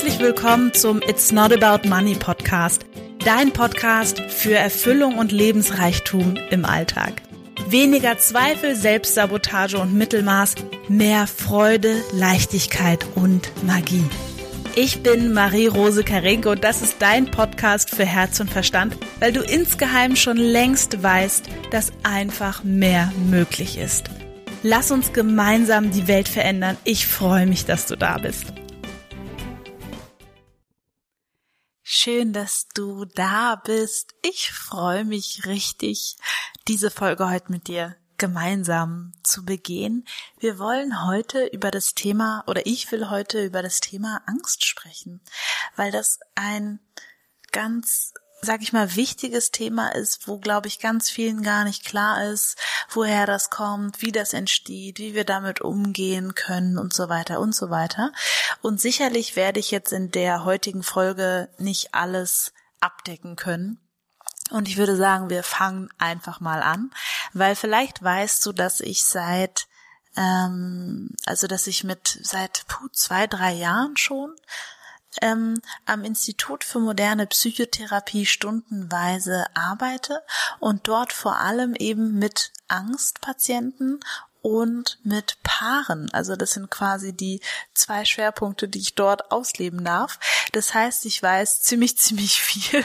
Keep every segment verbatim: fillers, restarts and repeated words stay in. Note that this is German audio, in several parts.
Herzlich willkommen zum It's Not About Money Podcast, dein Podcast für Erfüllung und Lebensreichtum im Alltag. Weniger Zweifel, Selbstsabotage und Mittelmaß, mehr Freude, Leichtigkeit und Magie. Ich bin Marie-Rose Karenke und das ist dein Podcast für Herz und Verstand, weil du insgeheim schon längst weißt, dass einfach mehr möglich ist. Lass uns gemeinsam die Welt verändern. Ich freue mich, dass du da bist. Schön, dass du da bist. Ich freue mich richtig, diese Folge heute mit dir gemeinsam zu begehen. Wir wollen heute über das Thema, oder ich will heute über das Thema Angst sprechen, weil das ein ganz, sag ich mal, wichtiges Thema ist, wo, glaube ich, ganz vielen gar nicht klar ist, woher das kommt, wie das entsteht, wie wir damit umgehen können und so weiter und so weiter. Und sicherlich werde ich jetzt in der heutigen Folge nicht alles abdecken können. Und ich würde sagen, wir fangen einfach mal an, weil vielleicht weißt du, dass ich seit, ähm, also dass ich mit seit puh, zwei, drei Jahren schon Ähm, am Institut für moderne Psychotherapie stundenweise arbeite und dort vor allem eben mit Angstpatienten und mit Paaren. Also das sind quasi die zwei Schwerpunkte, die ich dort ausleben darf. Das heißt, ich weiß ziemlich, ziemlich viel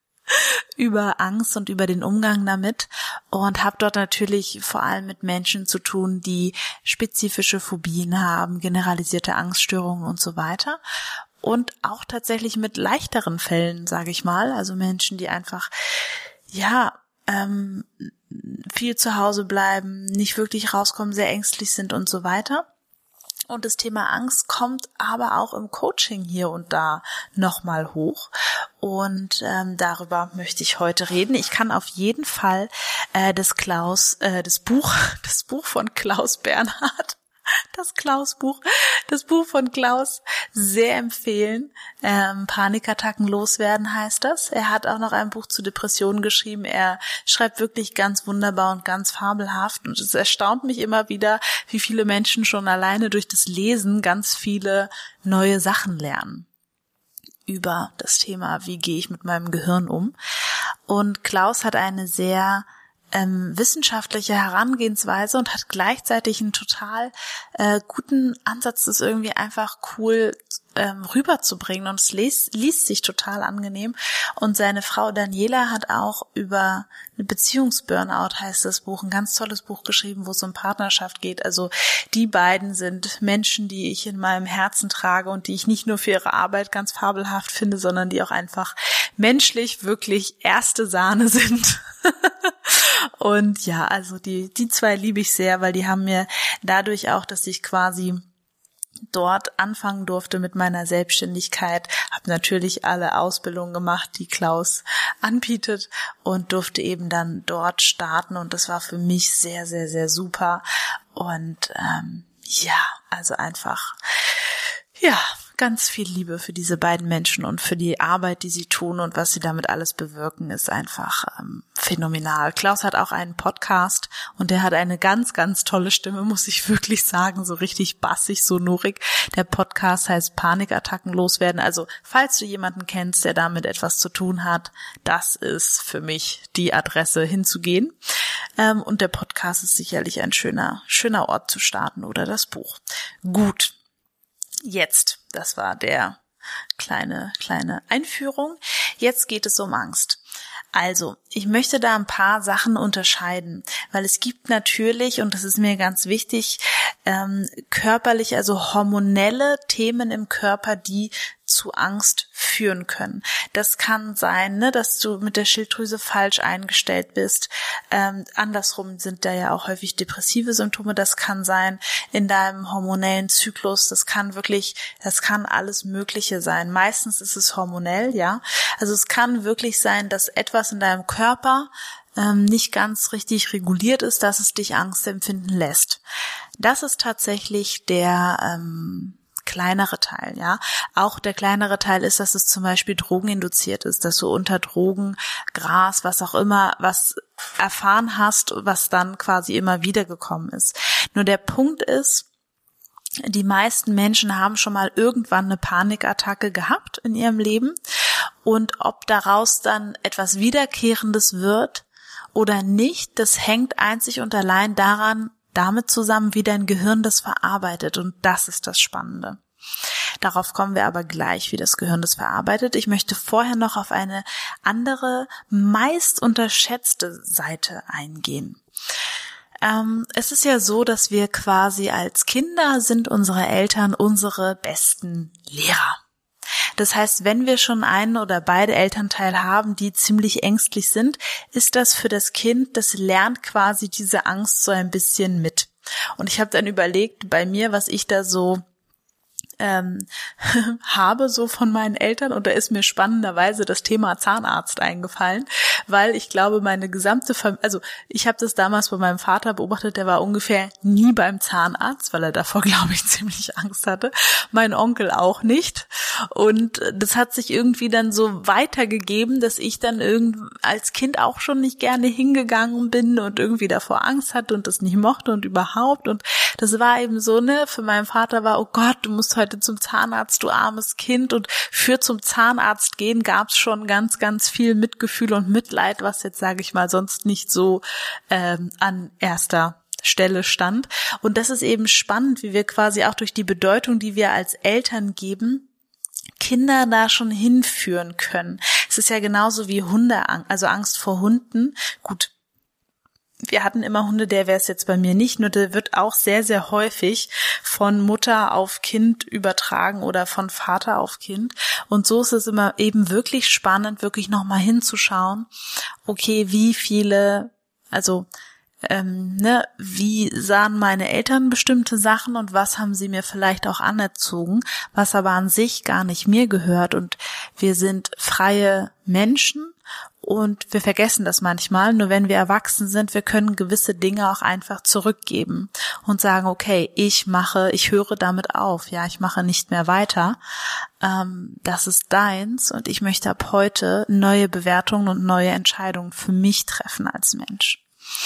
über Angst und über den Umgang damit und habe dort natürlich vor allem mit Menschen zu tun, die spezifische Phobien haben, generalisierte Angststörungen und so weiter. Und auch tatsächlich mit leichteren Fällen, sage ich mal, also Menschen, die einfach, ja, ähm, viel zu Hause bleiben, nicht wirklich rauskommen, sehr ängstlich sind und so weiter. Und das Thema Angst kommt aber auch im Coaching hier und da nochmal hoch. Und ähm, darüber möchte ich heute reden. Ich kann auf jeden Fall äh, das Klaus, äh, das Buch, das Buch von Klaus Bernhard, Das Klaus-Buch, das Buch von Klaus sehr empfehlen. Ähm, Panikattacken loswerden heißt das. Er hat auch noch ein Buch zu Depressionen geschrieben. Er schreibt wirklich ganz wunderbar und ganz fabelhaft. Und es erstaunt mich immer wieder, wie viele Menschen schon alleine durch das Lesen ganz viele neue Sachen lernen über das Thema, wie gehe ich mit meinem Gehirn um. Und Klaus hat eine sehr Ähm, wissenschaftliche Herangehensweise und hat gleichzeitig einen total äh, guten Ansatz, das irgendwie einfach cool ähm, rüberzubringen, und es liest, liest sich total angenehm. Und seine Frau Daniela hat auch über eine Beziehungsburnout, heißt das Buch, ein ganz tolles Buch geschrieben, wo es um Partnerschaft geht. Also die beiden sind Menschen, die ich in meinem Herzen trage und die ich nicht nur für ihre Arbeit ganz fabelhaft finde, sondern die auch einfach menschlich wirklich erste Sahne sind. Und ja, also die die zwei liebe ich sehr, weil die haben mir dadurch auch, dass ich quasi dort anfangen durfte mit meiner Selbstständigkeit, habe natürlich alle Ausbildungen gemacht, die Klaus anbietet, und durfte eben dann dort starten, und das war für mich sehr, sehr, sehr super. Und ähm, ja, also einfach, ja, ganz viel Liebe für diese beiden Menschen und für die Arbeit, die sie tun und was sie damit alles bewirken, ist einfach ähm, phänomenal. Klaus hat auch einen Podcast und der hat eine ganz, ganz tolle Stimme, muss ich wirklich sagen, so richtig bassig, sonorig. Der Podcast heißt Panikattacken loswerden. Also falls du jemanden kennst, der damit etwas zu tun hat, das ist für mich die Adresse hinzugehen. Ähm, und der Podcast ist sicherlich ein schöner, schöner Ort zu starten, oder das Buch. Gut. Jetzt, das war der kleine, kleine Einführung. Jetzt geht es um Angst. Also, ich möchte da ein paar Sachen unterscheiden, weil es gibt natürlich, und das ist mir ganz wichtig, ähm, körperlich, also hormonelle Themen im Körper, die zu Angst führen können. Das kann sein, ne, dass du mit der Schilddrüse falsch eingestellt bist. Ähm, andersrum sind da ja auch häufig depressive Symptome. Das kann sein in deinem hormonellen Zyklus. Das kann wirklich, das kann alles Mögliche sein. Meistens ist es hormonell, ja. Also es kann wirklich sein, dass etwas in deinem Körper ähm, nicht ganz richtig reguliert ist, dass es dich Angst empfinden lässt. Das ist tatsächlich der ähm, kleinere Teil, ja. Auch der kleinere Teil ist, dass es zum Beispiel drogeninduziert ist, dass du unter Drogen, Gras, was auch immer, was erfahren hast, was dann quasi immer wieder gekommen ist. Nur der Punkt ist, Die meisten Menschen haben schon mal irgendwann eine Panikattacke gehabt in ihrem Leben, und ob daraus dann etwas Wiederkehrendes wird oder nicht, das hängt einzig und allein daran, damit zusammen, wie dein Gehirn das verarbeitet, und das ist das Spannende. Darauf kommen wir aber gleich, wie das Gehirn das verarbeitet. Ich möchte vorher noch auf eine andere, meist unterschätzte Seite eingehen. Ähm, es ist ja so, dass wir quasi als Kinder sind unsere Eltern unsere besten Lehrer. Das heißt, wenn wir schon einen oder beide Elternteile haben, die ziemlich ängstlich sind, ist das für das Kind, das lernt quasi diese Angst so ein bisschen mit. Und ich habe dann überlegt bei mir, was ich da so ähm, habe so von meinen Eltern, und da ist mir spannenderweise das Thema Zahnarzt eingefallen, weil ich glaube, meine gesamte Familie, also ich habe das damals bei meinem Vater beobachtet, der war ungefähr nie beim Zahnarzt, weil er davor, glaube ich, ziemlich Angst hatte. Mein Onkel auch nicht, und das hat sich irgendwie dann so weitergegeben, dass ich dann irgend als Kind auch schon nicht gerne hingegangen bin und irgendwie davor Angst hatte und das nicht mochte und überhaupt, und das war eben so, ne, für meinen Vater war, oh Gott, du musst heute zum Zahnarzt, du armes Kind, und für zum Zahnarzt gehen gab's schon ganz, ganz viel Mitgefühl und Mitleid, was jetzt, sage ich mal, sonst nicht so ähm, an erster Stelle stand. Und das ist eben spannend, wie wir quasi auch durch die Bedeutung, die wir als Eltern geben, Kinder da schon hinführen können. Es ist ja genauso wie Hundeangst, also Angst vor Hunden. Gut, wir hatten immer Hunde, der wäre es jetzt bei mir nicht, nur der wird auch sehr, sehr häufig von Mutter auf Kind übertragen oder von Vater auf Kind. Und so ist es immer eben wirklich spannend, wirklich nochmal hinzuschauen, okay, wie viele, also ähm, ne, wie sahen meine Eltern bestimmte Sachen und was haben sie mir vielleicht auch anerzogen, was aber an sich gar nicht mir gehört. Und wir sind freie Menschen. Und wir vergessen das manchmal, nur wenn wir erwachsen sind, wir können gewisse Dinge auch einfach zurückgeben und sagen, okay, ich mache, ich höre damit auf, ja, ich mache nicht mehr weiter, ähm, das ist deins, und ich möchte ab heute neue Bewertungen und neue Entscheidungen für mich treffen als Mensch.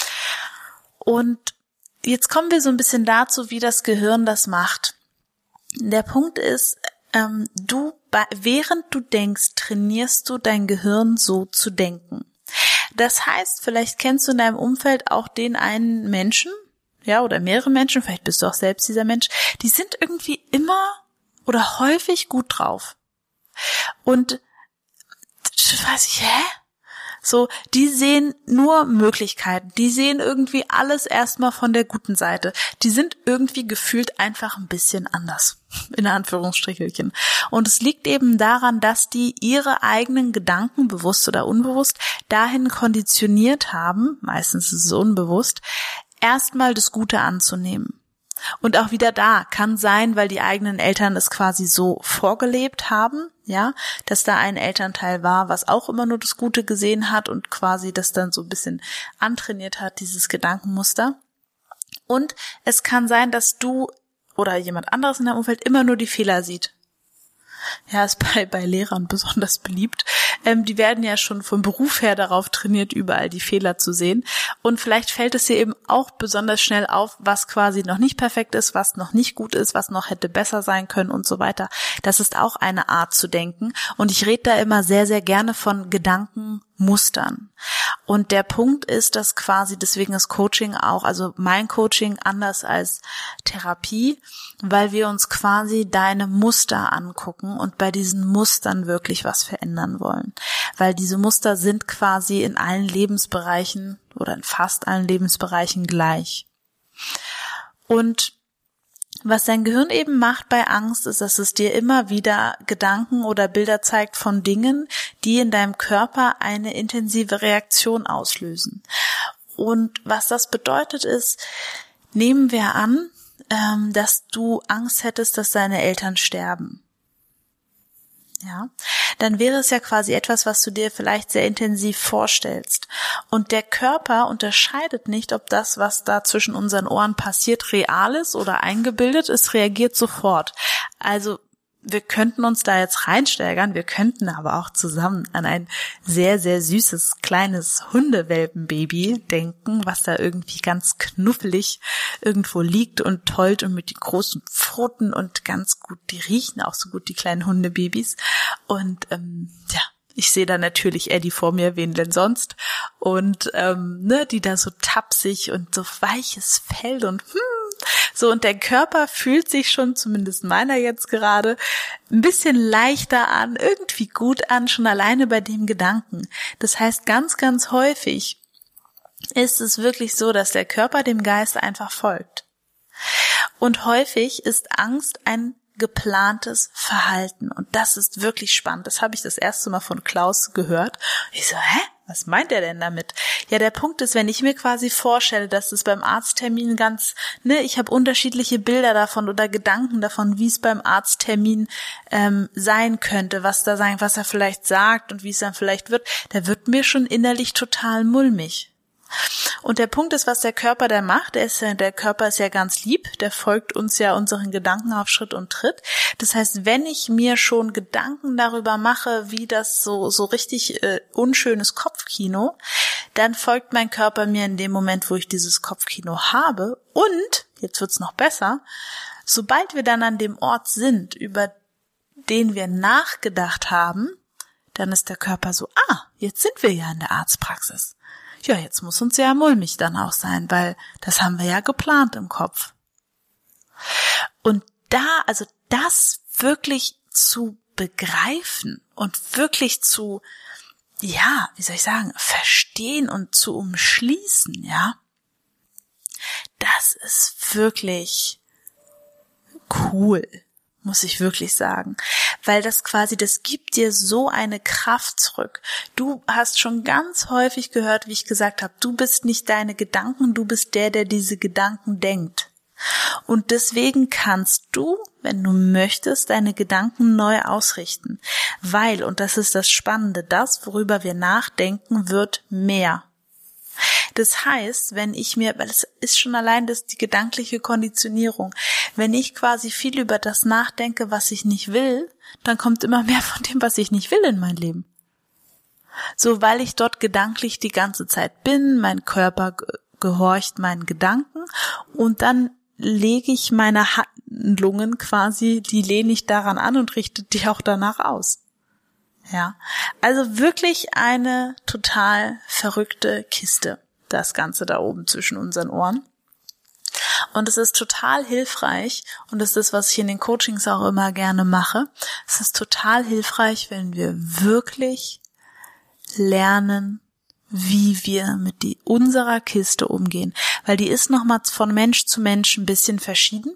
Und jetzt kommen wir so ein bisschen dazu, wie das Gehirn das macht. Der Punkt ist, ähm, du während du denkst, trainierst du dein Gehirn so zu denken. Das heißt, vielleicht kennst du in deinem Umfeld auch den einen Menschen, ja, oder mehrere Menschen, vielleicht bist du auch selbst dieser Mensch, die sind irgendwie immer oder häufig gut drauf. Und weiß ich, hä? So, die sehen nur Möglichkeiten, die sehen irgendwie alles erstmal von der guten Seite. Die sind irgendwie gefühlt einfach ein bisschen anders, in Anführungsstrichelchen. Und es liegt eben daran, dass die ihre eigenen Gedanken, bewusst oder unbewusst, dahin konditioniert haben, meistens ist es unbewusst, erstmal das Gute anzunehmen. Und auch wieder da kann sein, weil die eigenen Eltern es quasi so vorgelebt haben, ja, dass da ein Elternteil war, was auch immer nur das Gute gesehen hat und quasi das dann so ein bisschen antrainiert hat, dieses Gedankenmuster. Und es kann sein, dass du oder jemand anderes in deinem Umfeld immer nur die Fehler sieht. Ja, ist bei, bei Lehrern besonders beliebt. Ähm, die werden ja schon vom Beruf her darauf trainiert, überall die Fehler zu sehen. Und vielleicht fällt es dir eben auch besonders schnell auf, was quasi noch nicht perfekt ist, was noch nicht gut ist, was noch hätte besser sein können und so weiter. Das ist auch eine Art zu denken. Und ich rede da immer sehr, sehr gerne von Gedankenmustern. Und der Punkt ist, dass quasi, deswegen ist Coaching auch, also mein Coaching anders als Therapie, weil wir uns quasi deine Muster angucken und bei diesen Mustern wirklich was verändern wollen. Weil diese Muster sind quasi in allen Lebensbereichen oder in fast allen Lebensbereichen gleich. Und was dein Gehirn eben macht bei Angst, ist, dass es dir immer wieder Gedanken oder Bilder zeigt von Dingen, die in deinem Körper eine intensive Reaktion auslösen. Und was das bedeutet ist, nehmen wir an, ähm, dass du Angst hättest, dass deine Eltern sterben. Ja, dann wäre es ja quasi etwas, was du dir vielleicht sehr intensiv vorstellst. Und der Körper unterscheidet nicht, ob das, was da zwischen unseren Ohren passiert, real ist oder eingebildet ist, reagiert sofort. Also wir könnten uns da jetzt reinsteigern, wir könnten aber auch zusammen an ein sehr, sehr süßes, kleines Hundewelpenbaby denken, was da irgendwie ganz knuffelig irgendwo liegt und tollt und mit den großen Pfoten und ganz gut, die riechen auch so gut, die kleinen Hundebabys. Und ähm, ja, ich sehe da natürlich Eddie vor mir, wen denn sonst. Und ähm, ne, die da so tapsig und so weiches Fell und hm, so, und der Körper fühlt sich schon, zumindest meiner jetzt gerade, ein bisschen leichter an, irgendwie gut an, schon alleine bei dem Gedanken. Das heißt, ganz, ganz häufig ist es wirklich so, dass der Körper dem Geist einfach folgt. Und häufig ist Angst ein geplantes Verhalten. Und das ist wirklich spannend. Das habe ich das erste Mal von Klaus gehört. Ich so, hä? Was meint er denn damit? Ja, der Punkt ist, wenn ich mir quasi vorstelle, dass es beim Arzttermin ganz, ne, ich habe unterschiedliche Bilder davon oder Gedanken davon, wie es beim Arzttermin ähm, sein könnte, was da sein, was er vielleicht sagt und wie es dann vielleicht wird, da wird mir schon innerlich total mulmig. Und der Punkt ist, was der Körper da macht, der, ist ja, der Körper ist ja ganz lieb, der folgt uns ja unseren Gedanken auf Schritt und Tritt. Das heißt, wenn ich mir schon Gedanken darüber mache, wie das so so richtig äh, unschönes Kopfkino, dann folgt mein Körper mir in dem Moment, wo ich dieses Kopfkino habe. Und, jetzt wird's noch besser, sobald wir dann an dem Ort sind, über den wir nachgedacht haben, dann ist der Körper so, ah, jetzt sind wir ja in der Arztpraxis. Ja, jetzt muss uns ja mulmig dann auch sein, weil das haben wir ja geplant im Kopf. Und da, also das wirklich zu begreifen und wirklich zu, ja, wie soll ich sagen, verstehen und zu umschließen, ja, das ist wirklich cool, muss ich wirklich sagen, weil das quasi, das gibt dir so eine Kraft zurück. Du hast schon ganz häufig gehört, wie ich gesagt habe, du bist nicht deine Gedanken, du bist der, der diese Gedanken denkt. Und deswegen kannst du, wenn du möchtest, deine Gedanken neu ausrichten, weil, und das ist das Spannende, das, worüber wir nachdenken, wird mehr. Das heißt, wenn ich mir, weil es ist schon allein das die gedankliche Konditionierung, wenn ich quasi viel über das nachdenke, was ich nicht will, dann kommt immer mehr von dem, was ich nicht will in mein Leben. So, weil ich dort gedanklich die ganze Zeit bin, mein Körper gehorcht meinen Gedanken und dann lege ich meine Handlungen quasi, die lehne ich daran an und richte die auch danach aus. Ja, also wirklich eine total verrückte Kiste, das Ganze da oben zwischen unseren Ohren. Und es ist total hilfreich, und das ist das, was ich in den Coachings auch immer gerne mache, es ist total hilfreich, wenn wir wirklich lernen, wie wir mit die, unserer Kiste umgehen, weil die ist nochmal von Mensch zu Mensch ein bisschen verschieden.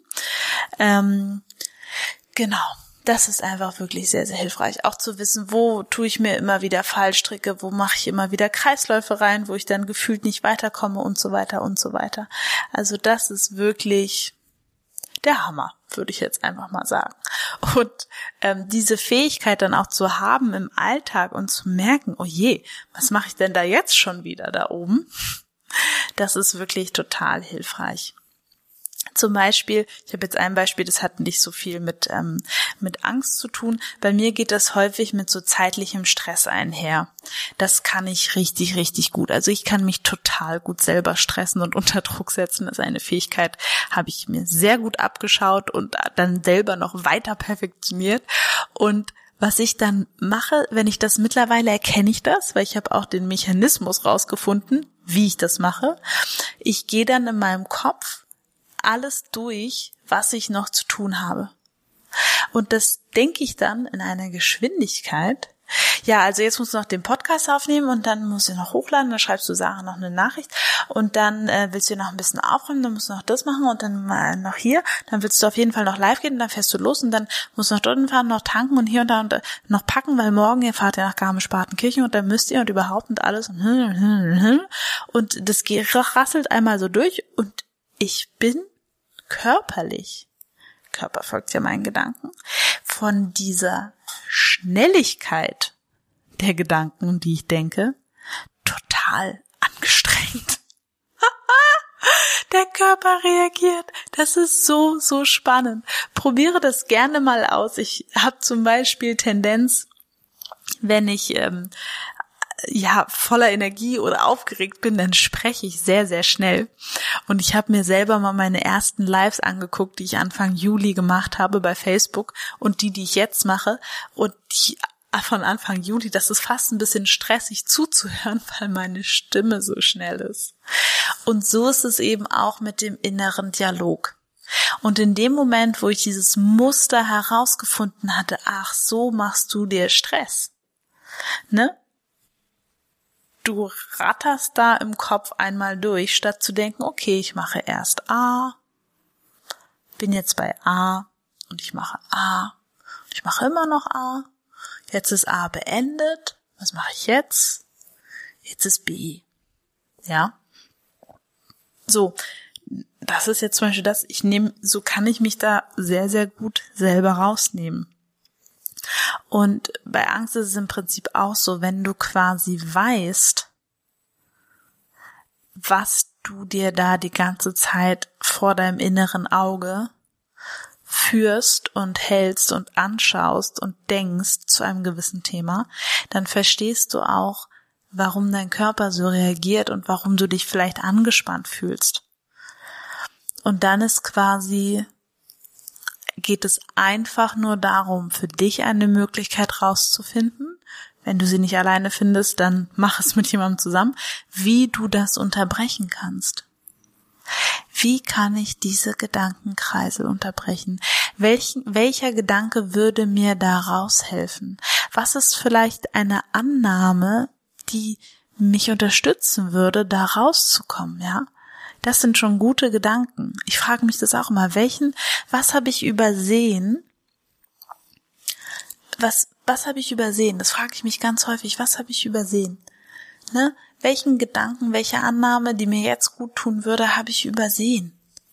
Ähm, genau. Das ist einfach wirklich sehr, sehr hilfreich. Auch zu wissen, wo tue ich mir immer wieder Fallstricke, wo mache ich immer wieder Kreisläufe rein, wo ich dann gefühlt nicht weiterkomme und so weiter und so weiter. Also das ist wirklich der Hammer, würde ich jetzt einfach mal sagen. Und ähm, diese Fähigkeit dann auch zu haben im Alltag und zu merken, oh je, was mache ich denn da jetzt schon wieder da oben? Das ist wirklich total hilfreich. Zum Beispiel, ich habe jetzt ein Beispiel, das hat nicht so viel mit ähm, mit Angst zu tun. Bei mir geht das häufig mit so zeitlichem Stress einher. Das kann ich richtig, richtig gut. Also ich kann mich total gut selber stressen und unter Druck setzen. Das ist eine Fähigkeit, habe ich mir sehr gut abgeschaut und dann selber noch weiter perfektioniert. Und was ich dann mache, wenn ich das mittlerweile erkenne ich das, weil ich habe auch den Mechanismus rausgefunden, wie ich das mache. Ich gehe dann in meinem Kopf alles durch, was ich noch zu tun habe. Und das denke ich dann in einer Geschwindigkeit. Ja, also jetzt musst du noch den Podcast aufnehmen und dann musst du noch hochladen, dann schreibst du Sarah noch eine Nachricht und dann äh, willst du noch ein bisschen aufräumen, dann musst du noch das machen und dann mal noch hier, dann willst du auf jeden Fall noch live gehen und dann fährst du los und dann musst du noch dort fahren, noch tanken und hier und da und da noch packen, weil morgen ihr fahrt ja nach Garmisch-Partenkirchen und dann müsst ihr und überhaupt und alles und und das rasselt einmal so durch und ich bin körperlich, Körper folgt ja meinen Gedanken, von dieser Schnelligkeit der Gedanken, die ich denke, total angestrengt. der Körper reagiert. Das ist so, so spannend. Probiere das gerne mal aus. Ich habe zum Beispiel Tendenz, wenn ich ähm, ja voller Energie oder aufgeregt bin, dann spreche ich sehr, sehr schnell. Und ich habe mir selber mal meine ersten Lives angeguckt, die ich Anfang Juli gemacht habe bei Facebook und die, die ich jetzt mache. Und die von Anfang Juli, das ist fast ein bisschen stressig zuzuhören, weil meine Stimme so schnell ist. Und so ist es eben auch mit dem inneren Dialog. Und in dem Moment, wo ich dieses Muster herausgefunden hatte, ach, so machst du dir Stress, ne? Du ratterst da im Kopf einmal durch, statt zu denken, okay, ich mache erst A, bin jetzt bei A und ich mache A und ich mache immer noch A. Jetzt ist A beendet. Was mache ich jetzt? Jetzt ist B. Ja. So, das ist jetzt zum Beispiel das, ich nehme, so kann ich mich da sehr, sehr gut selber rausnehmen. Und bei Angst ist es im Prinzip auch so, wenn du quasi weißt, was du dir da die ganze Zeit vor deinem inneren Auge führst und hältst und anschaust und denkst zu einem gewissen Thema, dann verstehst du auch, warum dein Körper so reagiert und warum du dich vielleicht angespannt fühlst. Und dann ist quasi, geht es einfach nur darum, für dich eine Möglichkeit rauszufinden. Wenn du sie nicht alleine findest, dann mach es mit jemandem zusammen, wie du das unterbrechen kannst. Wie kann ich diese Gedankenkreisel unterbrechen? Welchen, welcher Gedanke würde mir da raushelfen? Was ist vielleicht eine Annahme, die mich unterstützen würde, da rauszukommen, ja? Das sind schon gute Gedanken. Ich frage mich das auch immer, welchen, was habe ich übersehen? Was, was habe ich übersehen? Das frage ich mich ganz häufig, was habe ich übersehen? Ne? Welchen Gedanken, welche Annahme, die mir jetzt gut tun würde, habe ich übersehen?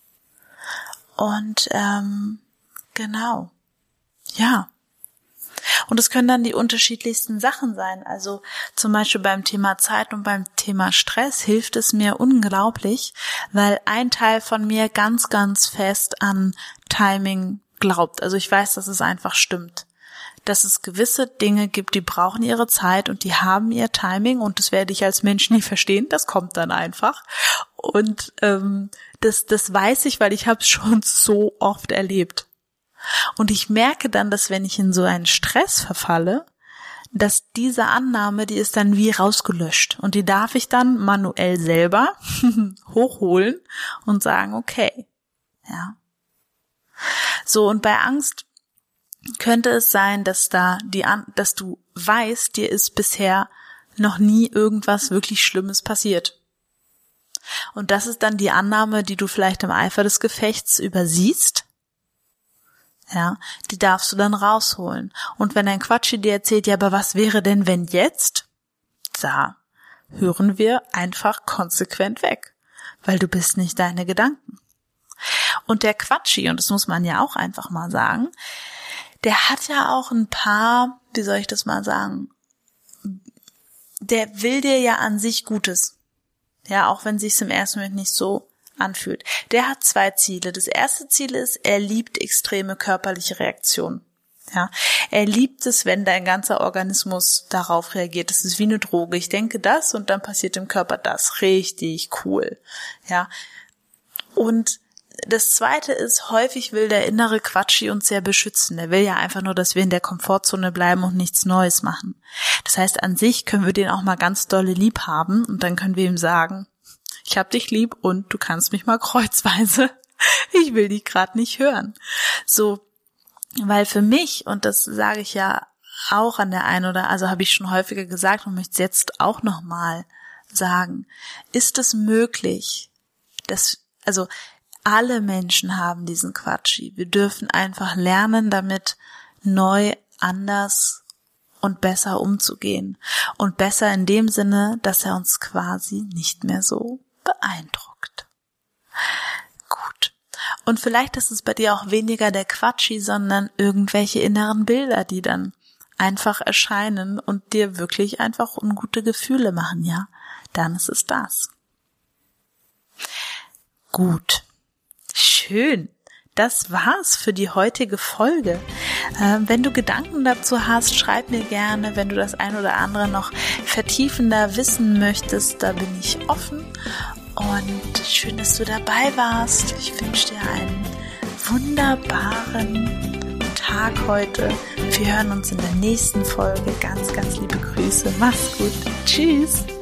Und ähm, genau, ja. Und es können dann die unterschiedlichsten Sachen sein. Also zum Beispiel beim Thema Zeit und beim Thema Stress hilft es mir unglaublich, weil ein Teil von mir ganz, ganz fest an Timing glaubt. Also ich weiß, dass es einfach stimmt. Dass es gewisse Dinge gibt, die brauchen ihre Zeit und die haben ihr Timing und das werde ich als Mensch nie verstehen, das kommt dann einfach. Und ähm, das, das weiß ich, weil ich habe es schon so oft erlebt. Und ich merke dann, dass wenn ich in so einen Stress verfalle, dass diese Annahme, die ist dann wie rausgelöscht und die darf ich dann manuell selber hochholen und sagen, okay, ja. So, und bei Angst könnte es sein, dass da die, dass du weißt, dir ist bisher noch nie irgendwas wirklich Schlimmes passiert. Und das ist dann die Annahme, die du vielleicht im Eifer des Gefechts übersiehst. Ja, die darfst du dann rausholen. Und wenn ein Quatschi dir erzählt, ja, aber was wäre denn, wenn jetzt? Da hören wir einfach konsequent weg, weil du bist nicht deine Gedanken. Und der Quatschi, und das muss man ja auch einfach mal sagen, der hat ja auch ein paar, wie soll ich das mal sagen, der will dir ja an sich Gutes. Ja, auch wenn sich's im ersten Moment nicht so anfühlt. Der hat zwei Ziele. Das erste Ziel ist, er liebt extreme körperliche Reaktionen. Ja, er liebt es, wenn dein ganzer Organismus darauf reagiert. Das ist wie eine Droge. Ich denke das und dann passiert im Körper das. Richtig cool. Ja. Und das zweite ist, häufig will der innere Quatschi uns sehr beschützen. Der will ja einfach nur, dass wir in der Komfortzone bleiben und nichts Neues machen. Das heißt, an sich können wir den auch mal ganz dolle lieb haben und dann können wir ihm sagen, ich hab dich lieb und du kannst mich mal kreuzweise. Ich will dich gerade nicht hören. So, weil für mich, und das sage ich ja auch an der einen oder, also habe ich schon häufiger gesagt und möchte es jetzt auch nochmal sagen, ist es möglich, dass, also alle Menschen haben diesen Quatschi. Wir dürfen einfach lernen, damit neu, anders und besser umzugehen. Und besser in dem Sinne, dass er uns quasi nicht mehr so beeindruckt. Gut. Und vielleicht ist es bei dir auch weniger der Quatschi, sondern irgendwelche inneren Bilder, die dann einfach erscheinen und dir wirklich einfach ungute Gefühle machen, ja? Dann ist es das. gut. Schön. Das war's für die heutige Folge. Äh, wenn du Gedanken dazu hast, schreib mir gerne. Wenn du das ein oder andere noch vertiefender wissen möchtest, da bin ich offen. Und schön, dass du dabei warst. Ich wünsche dir einen wunderbaren Tag heute. Wir hören uns in der nächsten Folge. Ganz, ganz liebe Grüße. Mach's gut. Tschüss.